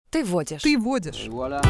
Ты водишь. Ты водишь. Voilà.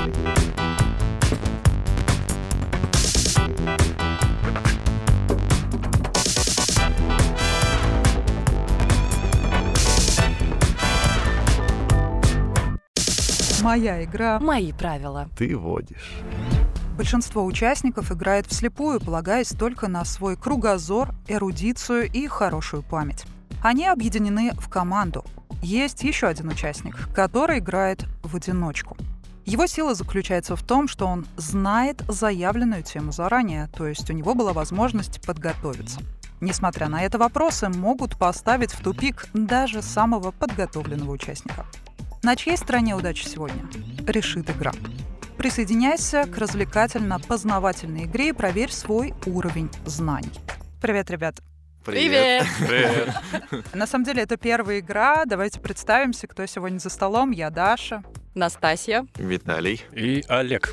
Моя игра. Мои правила. Ты водишь. Большинство участников играет вслепую, полагаясь только на свой кругозор, эрудицию и хорошую память. Они объединены в команду. Есть еще один участник, который играет в одиночку. Его сила заключается в том, что он знает заявленную тему заранее, то есть у него была возможность подготовиться. Несмотря на это, вопросы могут поставить в тупик даже самого подготовленного участника. На чьей стороне удачи сегодня? Решит игра. Присоединяйся к развлекательно-познавательной игре и проверь свой уровень знаний. Привет, ребят. Привет! Привет. На самом деле, это первая игра. Давайте представимся, кто сегодня за столом. Я Даша. Настасья. Виталий. И Олег.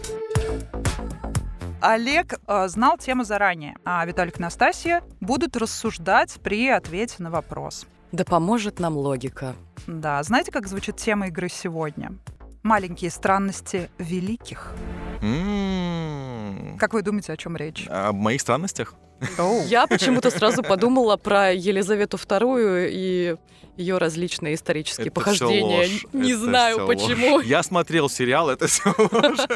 Олег знал тему заранее, а Виталик и Настасья будут рассуждать при ответе на вопрос. Да поможет нам логика. Да, знаете, как звучит тема игры сегодня? Маленькие странности великих. Как вы думаете, о чем речь? О моих странностях? Я почему-то сразу подумала про Елизавету II и ее различные исторические Это похождения. всё ложь. Не Это знаю, всё почему. ложь. Я смотрел сериал, это все ложь.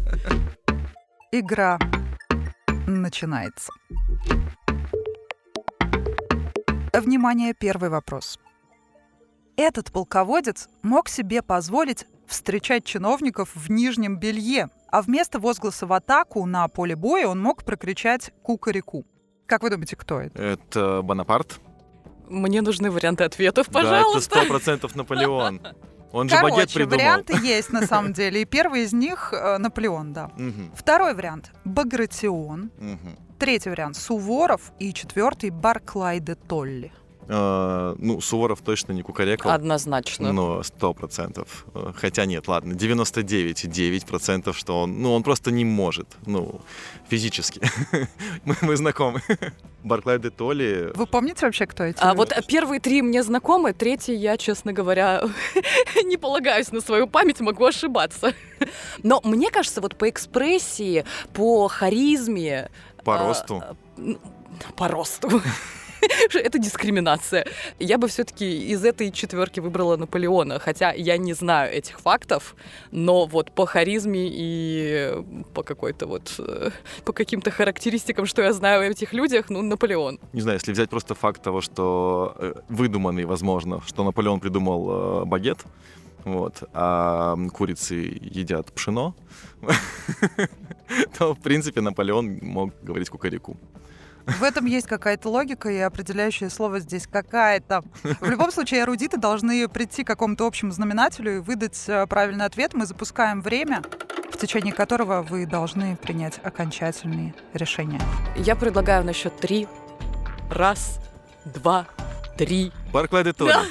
Игра начинается. Внимание, первый вопрос. Этот полководец мог себе позволить встречать чиновников в нижнем белье, а вместо возгласа в атаку на поле боя он мог прокричать «кукареку». Как вы думаете, кто это? Это Бонапарт? Мне нужны варианты ответов, пожалуйста. Да, это 100% Наполеон. Он же багет Короче, придумал. варианты есть на самом деле. И первый из них — Наполеон, да. Мгм, Второй вариант — Багратион. мгм. Третий вариант — Суворов. И четвертый — Барклай де Толли. Ну, Суворов точно не кукарекал. Однозначно. Но 100%. Хотя нет, ладно, 99,9%, что он просто не может, физически. Мы знакомы. Барклай де Толли. Вы помните вообще, кто эти А люди? вот первые три мне знакомы, третий я, честно говоря, не полагаюсь на свою память, могу ошибаться. Но мне кажется, вот по экспрессии, по харизме... По росту. По росту. Это дискриминация. Я бы все-таки из этой четверки выбрала Наполеона, хотя я не знаю этих фактов, но вот по харизме и по по каким-то характеристикам, что я знаю о этих людях, Наполеон. Не знаю, если взять просто факт того, что выдуманный, возможно, что Наполеон придумал багет, а курицы едят пшено, то, в принципе, Наполеон мог говорить кукареку. В этом есть какая-то логика, и определяющее слово здесь какая-то. В любом случае, эрудиты должны прийти к какому-то общему знаменателю и выдать правильный ответ. Мы запускаем время, в течение которого вы должны принять окончательные решения. Я предлагаю на счет 3. 1, 2, 3. Барклай де Толли.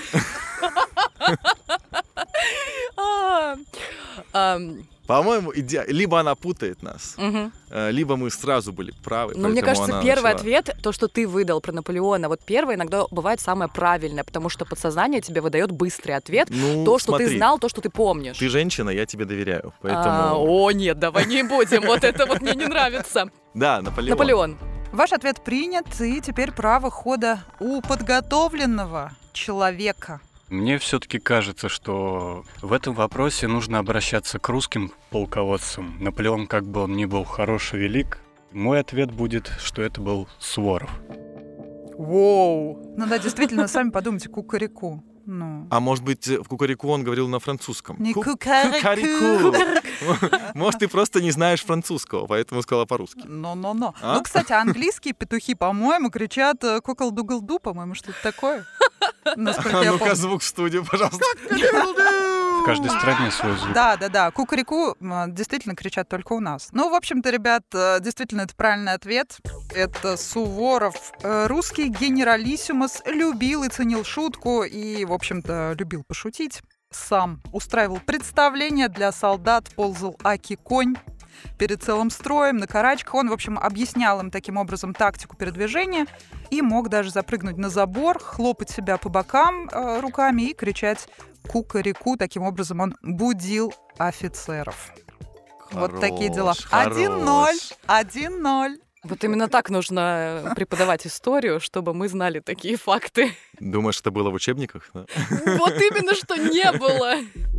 По-моему, либо она путает нас, либо мы сразу были правы. Но мне поэтому кажется, она первый начала. ответ, то, что ты выдал про Наполеона, вот первое иногда бывает самое правильное, потому что подсознание тебе выдает быстрый ответ, то, что ты смотри, знал, то, что ты помнишь. Ты женщина, я тебе доверяю, поэтому... О, нет, давай не будем, вот это вот мне не нравится. Да, Наполеон. Наполеон. Ваш ответ принят, и теперь право хода у подготовленного человека. Мне все-таки кажется, что в этом вопросе нужно обращаться к русским полководцам. Наполеон, как бы он ни был хорош и велик, мой ответ будет, что это был Суворов. Воу. Ну да, действительно, сами подумайте, кукареку. А может быть, в кукареку он говорил на французском? Не Кукареку. Может, ты просто не знаешь французского, поэтому сказала по-русски. Но. А? Ну, кстати, английские петухи, по-моему, кричат «кукол-дугл-ду», по-моему, что-то такое. Насколько я Ну-ка, помню. звук в студию, пожалуйста. В каждой стране свой звук. Да. Кукареку действительно кричат только у нас. Ну, в общем-то, ребят, действительно, это правильный ответ. Это Суворов. Русский генералиссимус любил и ценил шутку и, в общем-то, любил пошутить. Сам устраивал представления для солдат, ползал аки-конь перед целым строем на карачках. Он, в общем, объяснял им таким образом тактику передвижения и мог даже запрыгнуть на забор, хлопать себя по бокам руками и кричать кукареку. Таким образом, он будил офицеров. Хорош, Вот такие дела. хорош. 1-0. Вот именно так нужно преподавать историю, чтобы мы знали такие факты. Думаешь, это было в учебниках? Да? Вот именно, что не было.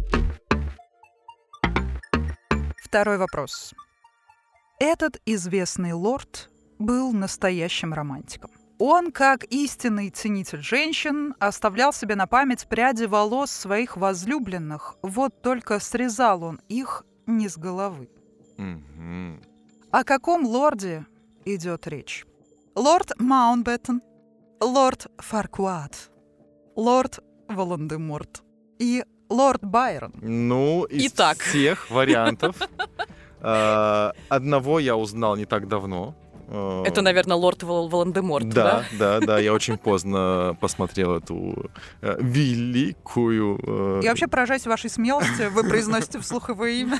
Второй вопрос. Этот известный лорд был настоящим романтиком. Он, как истинный ценитель женщин, оставлял себе на память пряди волос своих возлюбленных. Вот только срезал он их не с головы. Мгм. О каком лорде идет речь? Лорд Маунтбеттен, лорд Фаркуат, лорд Волан-де-Морт и лорд Байрон. Ну, из Итак. всех вариантов одного я узнал не так давно. Это, наверное, лорд Волан-де-Морт, да? Да, я очень поздно посмотрел эту великую... Я вообще поражаюсь вашей смелости. Вы произносите вслух его имя.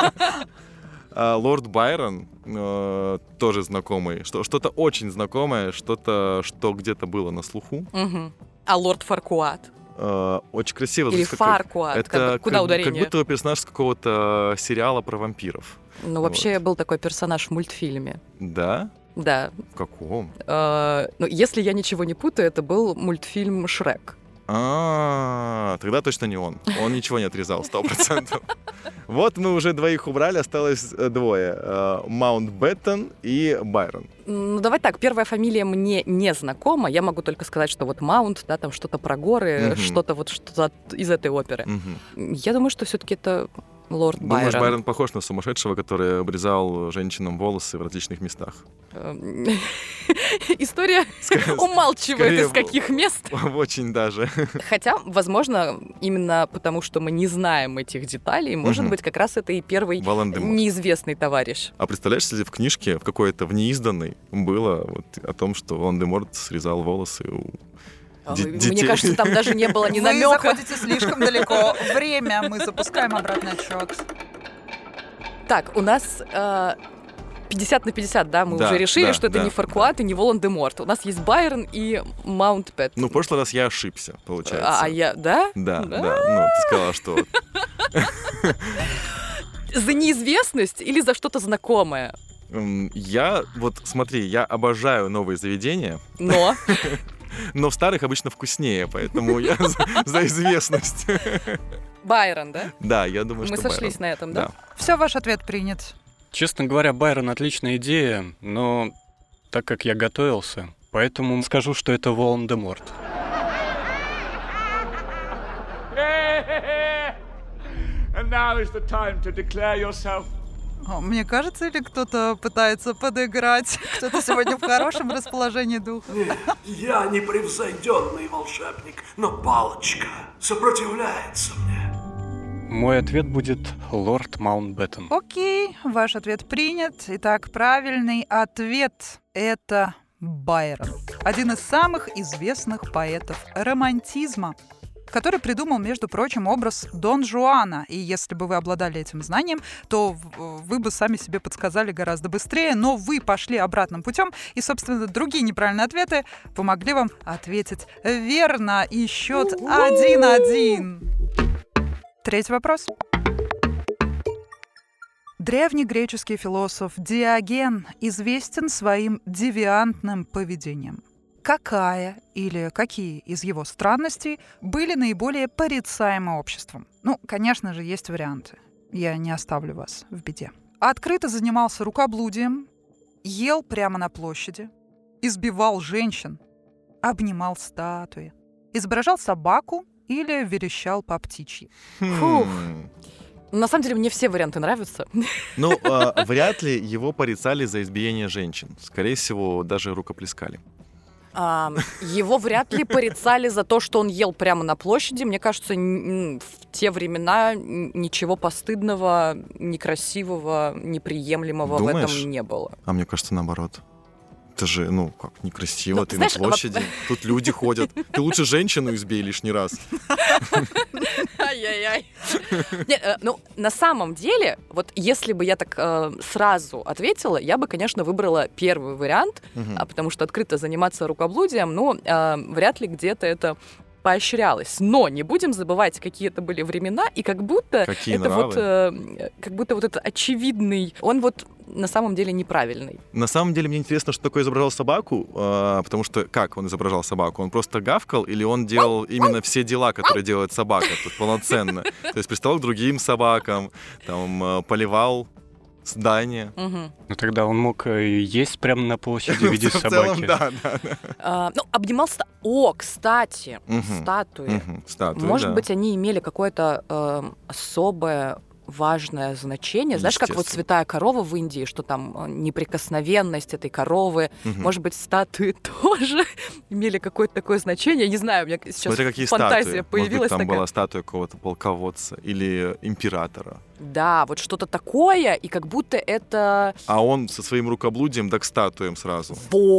Лорд Байрон тоже знакомый. Что-то очень знакомое, что-то, что где-то было на слуху. Мгм. А лорд Фаркуат? Очень красиво. Или звучит, как- Фаркуат? Это Куда как ударение? будто персонаж с какого-то сериала про вампиров. Ну, вообще, был такой персонаж в мультфильме. Да? Да. В каком? Ну, если я ничего не путаю, это был мультфильм «Шрек». Тогда точно не он. Он ничего не отрезал, 100%. Вот мы уже двоих убрали, осталось двое. Маунтбеттен и Байрон. Ну, давай так, первая фамилия мне не знакома. Я могу только сказать, что вот Маунт, да, там что-то про горы, Мгм. что-то из этой оперы. Мгм. Я думаю, что все-таки это лорд Думаешь, Байрон. Байрон похож на сумасшедшего, который обрезал женщинам волосы в различных местах? История Скорее- умалчивает, скорее из каких мест. Очень даже. Хотя, возможно, именно потому, что мы не знаем этих деталей, может Мгм. быть, как раз это и первый Волан-де-Морт. неизвестный товарищ. А представляешь, если в книжке, в какой-то, в неизданной, было вот о том, что Волан-де-Морт срезал волосы у Мне детей. кажется, там даже не было ни Вы намека. заходите слишком далеко. Время. Мы запускаем обратный отсчет. Так, у нас 50 на 50, да, мы Да, уже решили, да, что это да, не Фаркуат и не Волан-де-Морт. У нас есть Байрон и Маунтбеттен. Ну, в прошлый раз я ошибся, получается. А я, да? Да, Да? да. Ну, ты сказала, что... За неизвестность или за что-то знакомое? Я, вот смотри, я обожаю новые заведения, Но но в старых обычно вкуснее, поэтому я за известность. Байрон, да? Да, я думаю, Мы что сошлись Байрон. на этом, да? Все, ваш ответ принят. Честно говоря, Байрон отличная идея, но так как я готовился, поэтому скажу, что это Волан-де-Морт. And now is the time to declare yourself. Мне кажется, или кто-то пытается подыграть? Кто-то сегодня в хорошем расположении духа. Я непревзойденный волшебник, но палочка сопротивляется мне. Мой ответ будет лорд Маунтбеттен. Окей, ваш ответ принят. Итак, правильный ответ — это Байрон. Один из самых известных поэтов романтизма, который придумал, между прочим, образ Дон Жуана. И если бы вы обладали этим знанием, то вы бы сами себе подсказали гораздо быстрее, но вы пошли обратным путем, и, собственно, другие неправильные ответы помогли вам ответить верно. И счет 1-1. Третий вопрос. Древний греческий философ Диоген известен своим девиантным поведением. Какая или какие из его странностей были наиболее порицаемы обществом? Ну, конечно же, есть варианты. Я не оставлю вас в беде. Открыто занимался рукоблудием, ел прямо на площади, избивал женщин, обнимал статуи, изображал собаку или верещал по птичьи. Фух. На самом деле, мне все варианты нравятся. Ну, вряд ли его порицали за избиение женщин. Скорее всего, даже рукоплескали. Его вряд ли порицали за то, что он ел прямо на площади. Мне кажется, в те времена ничего постыдного, некрасивого, неприемлемого Думаешь? в этом не было. А мне кажется, наоборот. Это же, ну, как некрасиво, Ну, ты знаешь, на площади, тут люди ходят. Ты лучше женщину избей лишний раз. Ай-яй-яй. Ну, на самом деле, вот если бы я так сразу ответила, я бы, конечно, выбрала первый вариант, Мгм. потому что открыто заниматься рукоблудием, ну, вряд ли где-то это поощрялось. Но не будем забывать, какие это были времена, и как будто Какие это нравы. как будто вот этот очевидный, он вот на самом деле неправильный. На самом деле мне интересно, что такое изображал собаку, потому что как он изображал собаку? Он просто гавкал или он делал именно все дела, которые делает собака, то есть полноценно? То есть приставал к другим собакам, там, поливал здание. Ну тогда он мог и есть прямо на площади в виде В целом, собаки. да. Ну, обнимал... кстати, статуи. Статуи, Может да. быть, они имели какое-то особое важное значение. Знаешь, как вот Естественно. святая корова в Индии, что там неприкосновенность этой коровы. Может быть, статуи тоже имели какое-то такое значение. Я не знаю, у меня сейчас Смотри, какие фантазия статуи. появилась Может быть, там такая. была статуя какого-то полководца или императора. Да, вот что-то такое, и как будто это... А он со своим рукоблудием да к статуям сразу.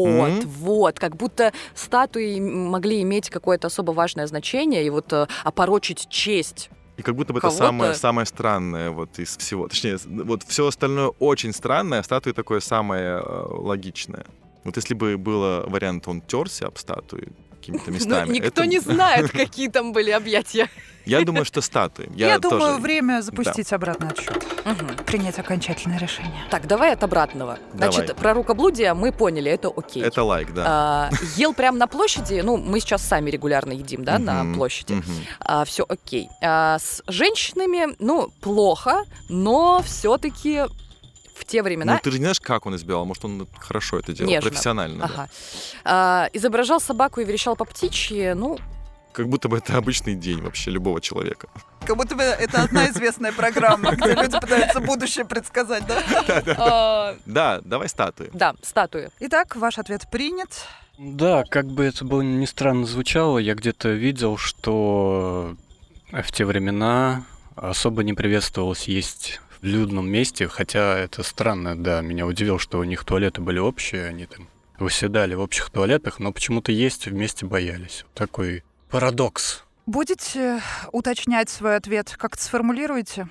Вот, как будто статуи могли иметь какое-то особо важное значение и вот опорочить честь. И как будто бы это Кого-то. самое странное вот из всего. Точнее, вот все остальное очень странное, а статуи такое самое логичное. Вот если бы был вариант, он терся об статуи какими-то местами. Ну, никто это- не знает, какие там были объятия. Я думаю, что статуи. Я думаю, тоже- время запустить обратный отсчет. Принять окончательное решение. Так, давай от обратного. Значит, Давай. про рукоблудие мы поняли, это окей. Это лайк, да. Ел прямо на площади, ну, мы сейчас сами регулярно едим, да, на Мгм, площади. мгм. Все окей. С женщинами, ну, плохо, но все-таки в те времена... Ну, ты же не знаешь, как он избивал. Может, он хорошо это делал, Нежно. профессионально. да. Ага. Изображал собаку и верещал по птичьи, ну, Как будто бы это обычный день вообще любого человека. Как будто бы это одна известная программа, где люди пытаются будущее предсказать, да? Да, давай статуи. да, статуи. Итак, ваш ответ принят. Да, как бы это было ни странно звучало, я где-то видел, что в те времена особо не приветствовалось есть в людном месте, хотя это странно, да, меня удивило, что у них туалеты были общие, они там выседали в общих туалетах, но почему-то есть вместе боялись. Такой парадокс. Будете уточнять свой ответ? Как-то сформулируете?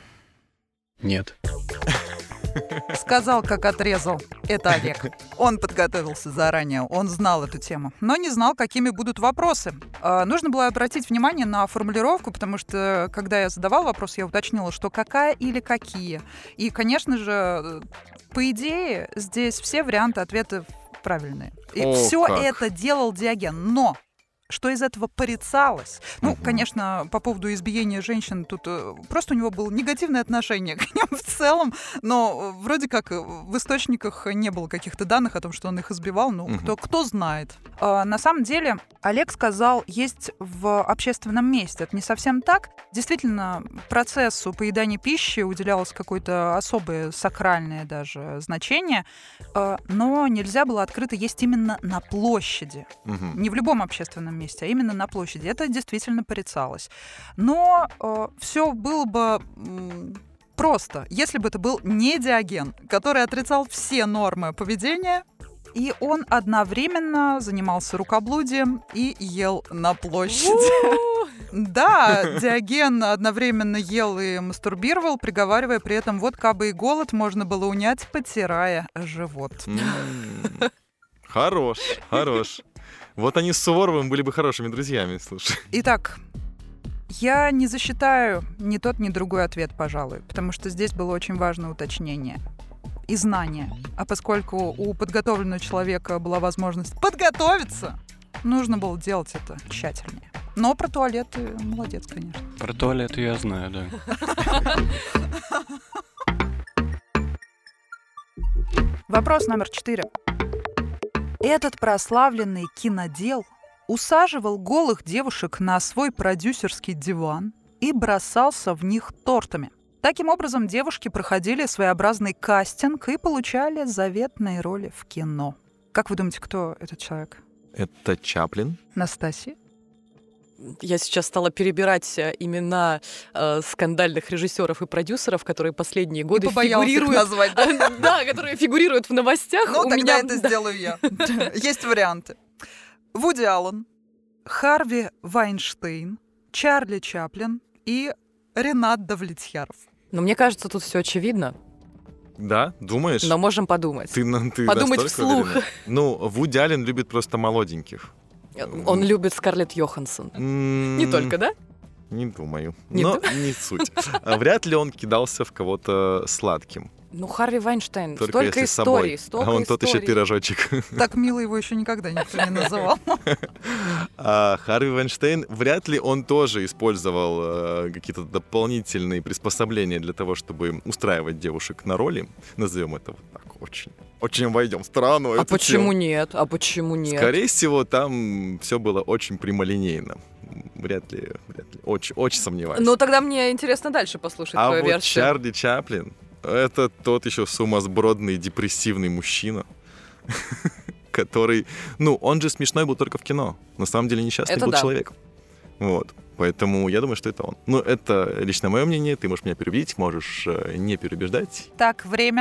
Нет. Сказал, как отрезал. Это Олег. Он подготовился заранее, он знал эту тему, но не знал, какими будут вопросы. Нужно было обратить внимание на формулировку, потому что, когда я задавал вопрос, я уточнила, что какая или какие. И, конечно же, по идее, здесь все варианты ответов правильные. И О, все как. это делал Диоген, но... Что из этого порицалось? Ну, Мгм. конечно, по поводу избиения женщин, тут просто у него было негативное отношение к ним в целом, но вроде как в источниках не было каких-то данных о том, что он их избивал, ну, Мгм. кто знает. На самом деле, Олег сказал, есть в общественном месте. Это не совсем так. Действительно, процессу поедания пищи уделялось какое-то особое сакральное даже значение, но нельзя было открыто есть именно на площади. Мгм. Не в любом общественном месте, а именно на площади. Это действительно порицалось. Но все было бы просто, если бы это был не Диоген, который отрицал все нормы поведения, и он одновременно занимался рукоблудием и ел на площади. Да, Диоген одновременно ел и мастурбировал, приговаривая при этом, вот кабы и голод можно было унять, потирая живот. Хорош, хорош. Вот они с Суворовым были бы хорошими друзьями, слушай. Итак, я не засчитаю ни тот, ни другой ответ, пожалуй, потому что здесь было очень важное уточнение и знание. А поскольку у подготовленного человека была возможность подготовиться, нужно было делать это тщательнее. Но про туалеты молодец, конечно. Про туалет я знаю, да. Вопрос номер 4. Этот прославленный кинодел усаживал голых девушек на свой продюсерский диван и бросался в них тортами. Таким образом, девушки проходили своеобразный кастинг и получали заветные роли в кино. Как вы думаете, кто этот человек? Это Чаплин. Настасья? Я сейчас стала перебирать имена скандальных режиссеров и продюсеров, которые последние годы фигурируют. назвать, да? Да, которые фигурируют в новостях. Ну, У тогда меня- это сделаю я. Есть варианты. Вуди Аллен, Харви Вайнштейн, Чарли Чаплин и Ренат Давлетьяров. Но мне кажется, тут все очевидно, Да, думаешь? но можем подумать. Ты Подумать настолько вслух. уверена? Ну, Вуди Аллен любит просто молоденьких. Он любит Скарлетт Йоханссон. Не только, да? Не думаю. Не Но не суть. Вряд ли он кидался в кого-то сладким. Ну, Харви Вайнштейн. Только Столько если с собой. историй, столько А он тот еще историй. пирожочек. Так мило его еще никогда никто не называл. А Харви Вайнштейн, вряд ли он тоже использовал какие-то дополнительные приспособления для того, чтобы устраивать девушек на роли. Назовем это вот так очень. Очень войдем в страну. А почему нет? А почему нет? Скорее всего, там все было очень прямолинейно. Вряд ли. Очень, очень сомневаюсь. Ну, тогда мне интересно дальше послушать А твою вот версию. Чарли Чаплин — это тот еще сумасбродный, депрессивный мужчина, который... Ну, он же смешной был только в кино. На самом деле несчастный Это был да. человек. Вот. Поэтому я думаю, что это он. Ну, это лично мое мнение. Ты можешь меня переубедить, можешь не переубеждать. Так, время.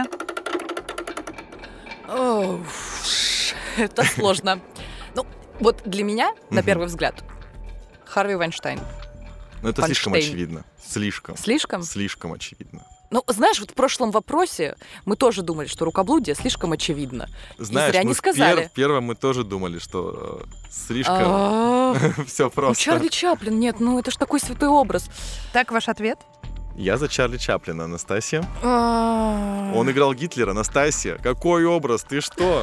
Оу, это сложно. Ну, вот для меня, на первый взгляд, Харви Вайнштейн. Но это слишком Вайнштейн. очевидно. Слишком. Слишком? Слишком очевидно. Ну, знаешь, вот в прошлом вопросе мы тоже думали, что рукоблудие слишком очевидно. Знаешь, И зря мы не сказали. в первом мы тоже думали, что слишком А, все Ну, просто. Чарли Чаплин, нет, ну это ж такой святой образ. Так, ваш ответ? Я за Чарли Чаплина, Анастасия. Он Он играл Гитлера, Анастасия. Какой образ? Ты что?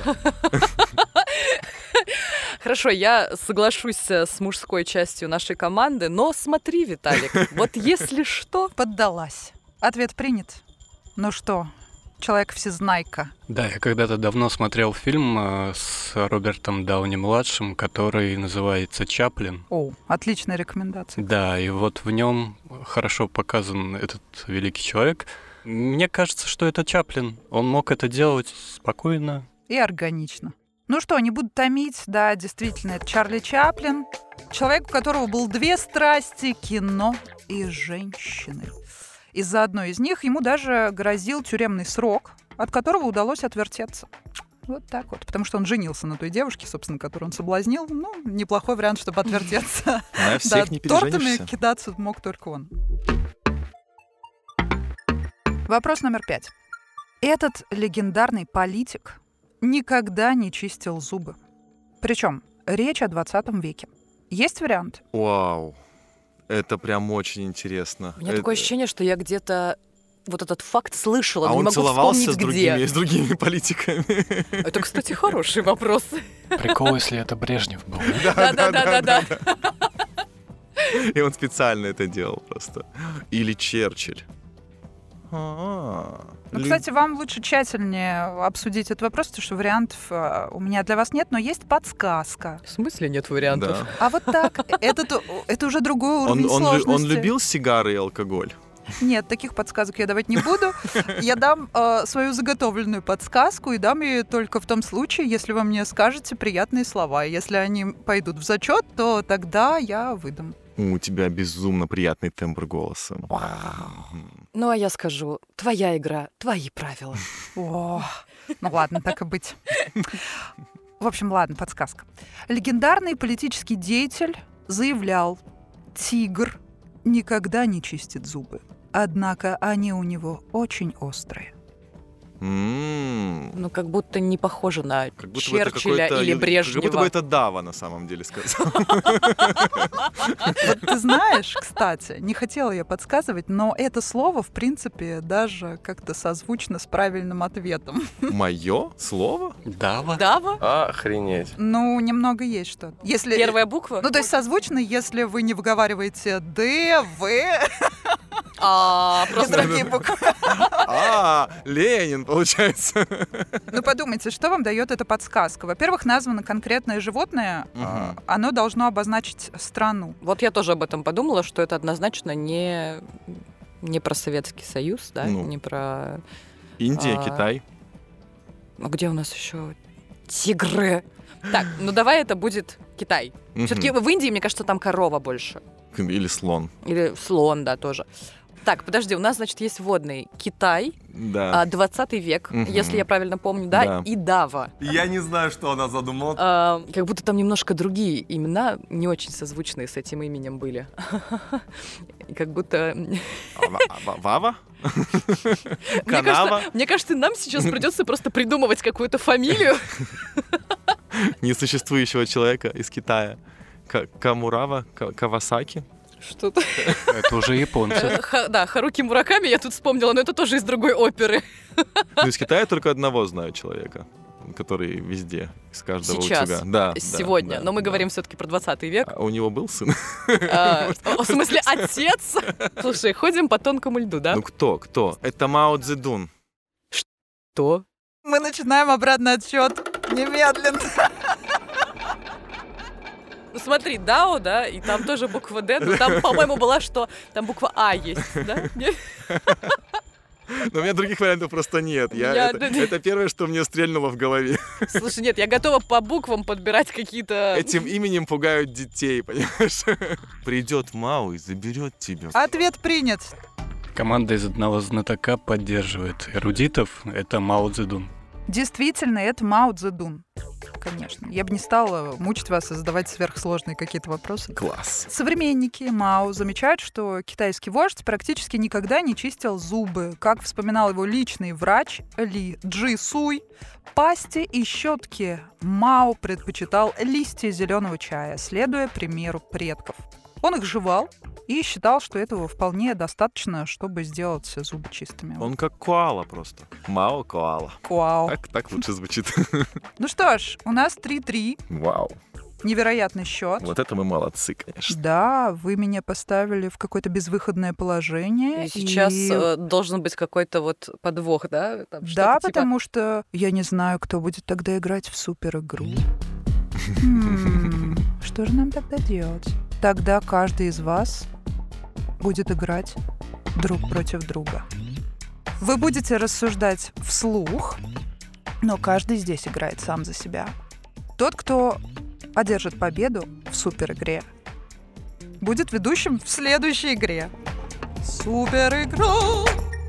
Хорошо, я соглашусь с мужской частью нашей команды, но смотри, Виталик, вот если что... Поддалась. Ответ принят. Ну что, человек-всезнайка. Да, я когда-то давно смотрел фильм с Робертом Дауни-младшим, который называется «Чаплин». О, отличная рекомендация. Да, и вот в нем хорошо показан этот великий человек. Мне кажется, что это Чаплин. Он мог это делать спокойно. И органично. Ну что, не буду томить. Да, действительно, это Чарли Чаплин. Человек, у которого было две страсти — кино и женщины. Из-за одной из них ему даже грозил тюремный срок, от которого удалось отвертеться. Вот так вот. Потому что он женился на той девушке, собственно, которую он соблазнил. Ну, неплохой вариант, чтобы отвертеться. На всех не Тортами переженишься. кидаться мог только он. Вопрос номер 5. Этот легендарный политик никогда не чистил зубы. Причем речь о 20 веке. Есть вариант? Вау. Это прям очень интересно. У меня такое ощущение, что я где-то вот этот факт слышала, А но не он могу целовался вспомнить, с другими политиками. Это, кстати, хороший вопрос. Прикол, если это Брежнев был. Да-да-да-да-да. И он специально это делал просто. Или Черчилль. Ну, кстати, вам лучше тщательнее обсудить этот вопрос, потому что вариантов у меня для вас нет, но есть подсказка. В смысле нет вариантов? Да. А вот так, это уже другой уровень сложности. Он любил сигары и алкоголь? Нет, таких подсказок я давать не буду. Я дам свою заготовленную подсказку и дам ее только в том случае, если вы мне скажете приятные слова. Если они пойдут в зачет, то тогда я выдам. У тебя безумно приятный тембр голоса. Ну, а я скажу, твоя игра, твои правила. О, ну ладно, так и быть. В общем, ладно, подсказка. Легендарный политический деятель заявлял: тигр никогда не чистит зубы. Однако они у него очень острые. Ну, как будто не похоже на Как будто бы это Черчилля какой-то- или Брежнева. Как будто бы это Дава на самом деле сказал. Вот ты знаешь, кстати, не хотела я подсказывать, но это слово, в принципе, даже как-то созвучно с правильным ответом. Мое слово? Дава? Дава? Охренеть. Ну, немного есть что-то. Если... Первая буква? Ну, то есть созвучно, если вы не выговариваете «д», «в», А, и просто другие буквы. Ленин, получается. Ну, подумайте, что вам дает эта подсказка? Во-первых, названо конкретное животное, оно должно обозначить страну. вот я тоже об этом подумала, что это однозначно не про Советский Союз, да, Ну. не про... Индия, А. Китай. А где у нас еще тигры? Так, ну давай это будет Китай. Мгм. Все-таки в Индии, мне кажется, там корова больше. Или слон. Или слон, да, тоже. Так, подожди, у нас, значит, есть водный Китай, Да. 20 век, Мгм. если я правильно помню, да, Да. и Дава. Я не знаю, что она задумала. Как будто там немножко другие имена, не очень созвучные с этим именем были. И как будто... Вава? Мне Канава? кажется, нам сейчас придется просто придумывать какую-то фамилию. несуществующего человека из Китая. Камурава, Кавасаки. Что-то. Это уже японцы. Да, Харуки Мураками я тут вспомнила, но это тоже из другой оперы. Ну, из Китая только одного знаю человека, который везде, из каждого Сейчас, утюга. Да, сегодня. да, Но мы да. говорим все-таки про 20 век. А у него был сын? В смысле, отец? Слушай, ходим по тонкому льду, да? Ну кто? Это Мао Цзэдун. Что? Мы начинаем обратный отсчет немедленно. Ну смотри, Дао, да, и там тоже буква Д, но там, по-моему, была, что там буква А есть, да? Нет? Но у меня других вариантов просто нет. Это первое, что мне стрельнуло в голове. Слушай, нет, я готова по буквам подбирать какие-то... Этим именем пугают детей, понимаешь? Придет Мао и заберет тебя. Ответ принят. Команда из одного знатока поддерживает эрудитов. Это Мао Цзэдун. Действительно, это Мао Цзэдун. Конечно. Я бы не стала мучить вас и задавать сверхсложные какие-то вопросы. Класс. Современники Мао замечают, что китайский вождь практически никогда не чистил зубы. Как вспоминал его личный врач Ли Джи Суй, пасте и щетке Мао предпочитал листья зеленого чая, следуя примеру предков. Он их жевал и считал, что этого вполне достаточно, чтобы сделать зубы чистыми. Он как коала просто. Мао коала. Вау. Так лучше звучит. Ну что ж, у нас 3-3. Вау. Невероятный счет. Вот это мы молодцы, конечно. Да, вы меня поставили в какое-то безвыходное положение. И сейчас должен быть какой-то вот подвох, да? Там Да, что-то типа- потому что я не знаю, кто будет тогда играть в суперигру. Что же нам тогда делать? Тогда каждый из вас будет играть друг против друга. Вы будете рассуждать вслух, но каждый здесь играет сам за себя. Тот, кто одержит победу в суперигре, будет ведущим в следующей игре. Суперигра!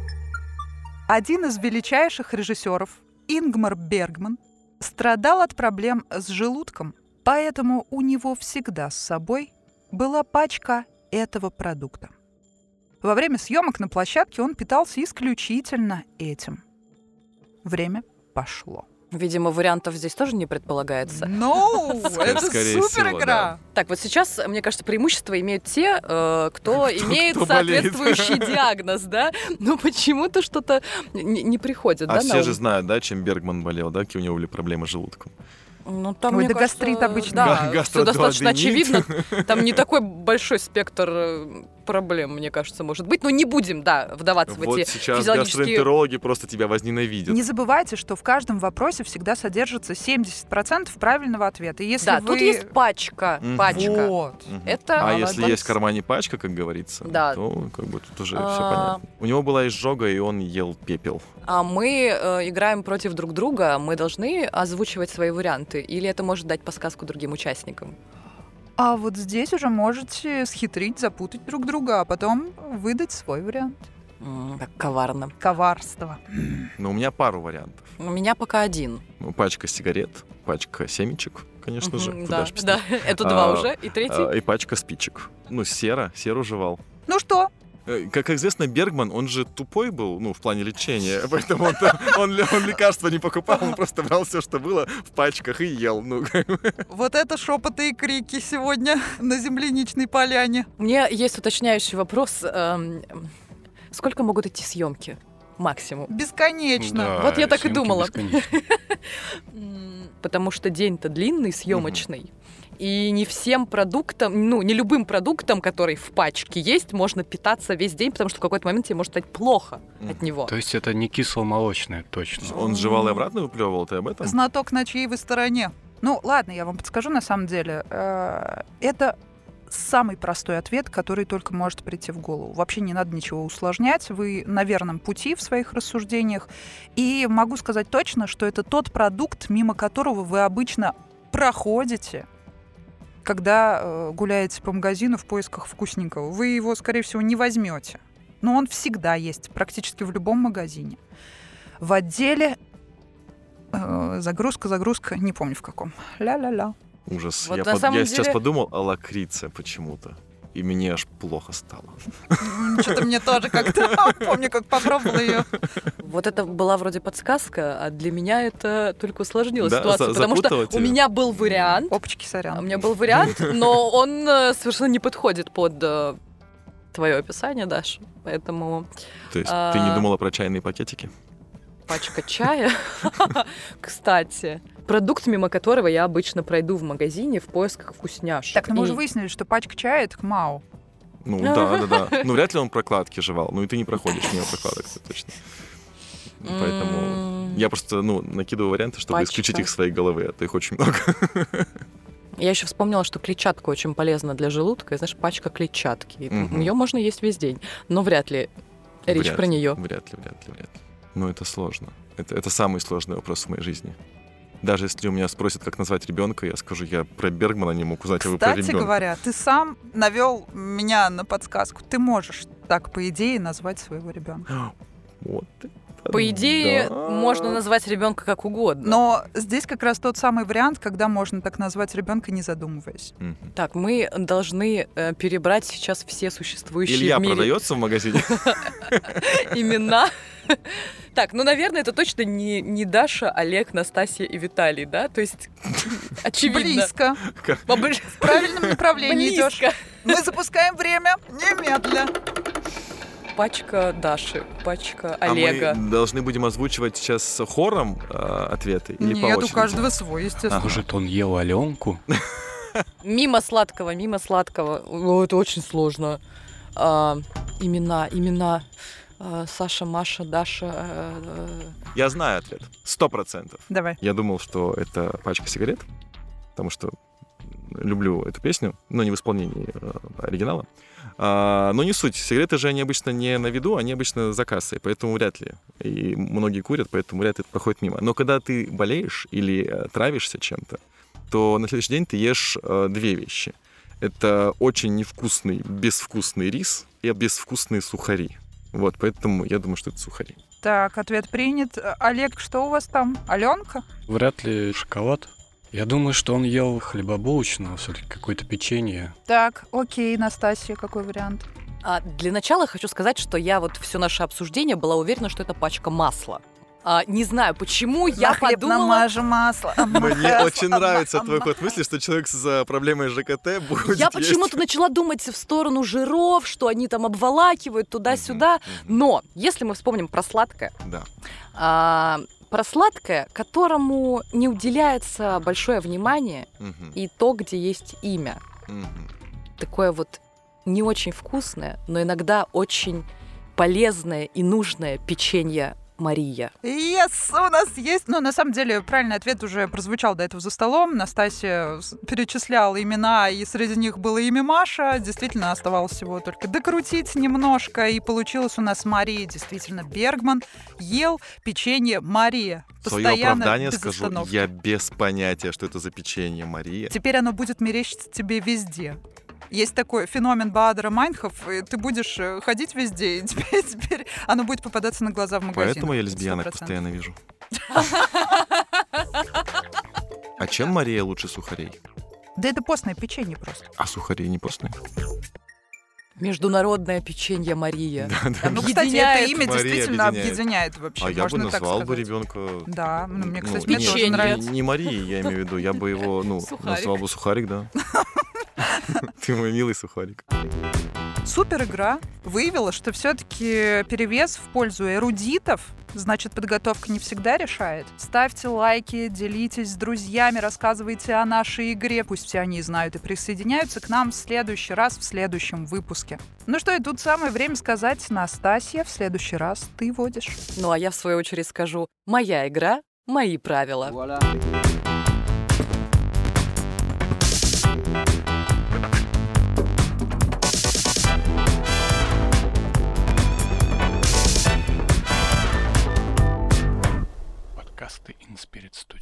Один из величайших режиссеров, Ингмар Бергман, страдал от проблем с желудком, поэтому у него всегда с собой была пачка этого продукта. Во время съемок на площадке он питался исключительно этим. Время пошло. Видимо, вариантов здесь тоже не предполагается. Это Скорее всего, суперигра! да. Так, вот сейчас, мне кажется, преимущество имеют те, кто имеет кто болеет. соответствующий диагноз, да? Но почему-то что-то не приходит, да? А на все ум? же знают, да, чем Бергман болел, да, какие у него были проблемы с желудком. Ну, там, Ой, мне да кажется, гастрит обычно. Да, все достаточно Гастродуоденит. очевидно. Там не такой большой спектр проблем, мне кажется, может быть. Но не будем, да, вдаваться в Вот эти сейчас физиологические... гастроэнтерологи просто тебя возненавидят. Не забывайте, что в каждом вопросе всегда содержится 70% правильного ответа. И если Да, вы... тут есть пачка. Мгм. Пачка. Вот. Мгм. Это А молодец. если есть в кармане пачка, как говорится, Да. то как бы тут уже все А. понятно. У него была изжога, и он ел пепел. А мы играем против друг друга, мы должны озвучивать свои варианты? Или это может дать подсказку другим участникам? А вот здесь уже можете схитрить, запутать друг друга, а потом выдать свой вариант. Так коварно. Коварство. Но у меня пару вариантов. У меня пока один. Ну, пачка сигарет, пачка семечек, конечно же. Мгм, Куда да, ж без да, них. это два А, уже. И третий? И пачка спичек. Ну, серу жевал. Ну что, Как известно, Бергман, он же тупой был, ну, в плане лечения, поэтому он лекарства не покупал, он просто брал все, что было в пачках и ел. Ну, вот это шепоты и крики сегодня на земляничной поляне. У меня есть уточняющий вопрос. Сколько могут идти съемки? Максимум. Бесконечно. Да, Вот я так и съемки думала. бесконечные. Потому что день-то длинный, съемочный. И не всем продуктам, ну, не любым продуктом, который в пачке есть, можно питаться весь день, потому что в какой-то момент тебе может стать плохо от него. То есть это не кисломолочное, точно. он жевал и обратно выплевывал, ты об этом? Знаток, на чьей вы стороне. Ну, ладно, я вам подскажу, на самом деле. Это самый простой ответ, который только может прийти в голову. Вообще не надо ничего усложнять. Вы на верном пути в своих рассуждениях. И могу сказать точно, что это тот продукт, мимо которого вы обычно проходите, когда гуляете по магазину в поисках вкусненького. Вы его, скорее всего, не возьмете. Но он всегда есть, практически в любом магазине. В отделе загрузка, не помню в каком. Ля-ля-ля. Ужас. Вот Я на самом сейчас деле- подумал о лакрице почему-то. И мне аж плохо стало. Что-то мне тоже как-то... Помню, как попробовала ее. Вот это была вроде подсказка, а для меня это только усложнило Да, ситуацию, потому что запутала тебя. у меня был вариант, Опачки, сорян. у меня был вариант, но он совершенно не подходит под твое описание, Даша. Поэтому То есть ты не думала про чайные пакетики? пачка чая, кстати, продукт, мимо которого я обычно пройду в магазине в поисках вкусняшек. Так, ну мы уже И- выяснили, что пачка чая — это КМАУ. Ну да. Ну вряд ли он прокладки жевал. Ну и ты не проходишь мимо прокладок, это точно. Поэтому я просто, накидываю варианты, чтобы Пачка. исключить их из своей головы, а то их очень много. Я еще вспомнила, что клетчатка очень полезна для желудка. И, знаешь, пачка клетчатки. Мгм. Ее можно есть весь день. Но вряд ли речь Вряд про ли, нее. Вряд ли. Ну это сложно. Это самый сложный вопрос в моей жизни. Даже если у меня спросят, как назвать ребенка, я скажу, я про Бергмана не мог узнать, а вы про Кстати ребенка. говоря, ты сам навел меня на подсказку. Ты можешь так, по идее, назвать своего ребенка. Вот это По идее, да. можно назвать ребенка как угодно. Но здесь как раз тот самый вариант, когда можно так назвать ребенка, не задумываясь. Мгм. Так, мы должны перебрать сейчас все существующие Илья в мире продается в магазине? имена. Так, наверное, это точно не Даша, Олег, Настасья и Виталий, да? То есть, очевидно. Близко. В правильном направлении идешь. Близко. Мы запускаем время немедля. Пачка Даши, пачка А Олега. мы должны будем озвучивать сейчас хором ответы или по Нет, у очереди? каждого свой, естественно. Может, он ел Аленку? Мимо сладкого. О, это очень сложно. Имена. Саша, Маша, Даша. Я знаю ответ. 100%. Давай. Я думал, что это пачка сигарет, потому что люблю эту песню, но не в исполнении оригинала. Но не суть. Сигареты же, они обычно не на виду, они обычно за кассой, поэтому вряд ли. И многие курят, поэтому вряд ли это проходит мимо. Но когда ты болеешь или травишься чем-то, то на следующий день ты ешь две вещи. Это очень невкусный, безвкусный рис и безвкусные сухари. Вот, поэтому я думаю, что это сухари. Так, ответ принят. Олег, что у вас там? Аленка? Вряд ли шоколад. Я думаю, что он ел хлебобулочного, все-таки какое-то печенье. Так, окей, Настасья, какой вариант? Для начала хочу сказать, что я вот все наше обсуждение была уверена, что это пачка масла. Не знаю, почему я На хлеб подумала... намажем масло. Мне очень нравится твой ход мысли, что человек с проблемой ЖКТ будет Я есть. почему-то начала думать в сторону жиров, что они там обволакивают туда-сюда. Но если мы вспомним про сладкое, Да. про сладкое, которому не уделяется большое внимание, Мгм. и то, где есть имя. Мгм. Такое вот не очень вкусное, но иногда очень полезное и нужное печенье Мария. Yes, у нас есть. Ну, на самом деле, правильный ответ уже прозвучал до этого за столом. Настасья перечисляла имена, и среди них было имя Маша. Действительно, оставалось всего только докрутить немножко, и получилось у нас Мария. Действительно, Бергман ел печенье Мария. В свое Постоянно, оправдание без скажу, остановки. я без понятия, что это за печенье Мария. Теперь оно будет мерещиться тебе везде. Есть такой феномен Баадера Майнхоф, и ты будешь ходить везде, и теперь оно будет попадаться на глаза в магазине. Поэтому я лесбиянок 100%. постоянно вижу. А чем Мария лучше сухарей? Да это постное печенье просто. А сухари не постные? Международное печенье Мария. Ну, кстати, это Объединяет. имя Мария действительно объединяет. объединяет вообще. А я бы можно так назвал бы сказать. ребенка... Да, ну, мне, кстати, Ну, мне тоже Печенье. нравится. Не Марии, я имею в виду. Я бы его, Сухарик. назвал бы сухарик, да. Ты мой милый сухарик. Супер игра выявила, что все-таки перевес в пользу эрудитов, значит, подготовка не всегда решает. Ставьте лайки, делитесь с друзьями, рассказывайте о нашей игре. Пусть все они знают и присоединяются к нам в следующий раз, в следующем выпуске. Ну что, и тут самое время сказать, Настасья, в следующий раз ты водишь. Ну а я в свою очередь скажу: моя игра, мои правила. Подкасты InSpirit Studio.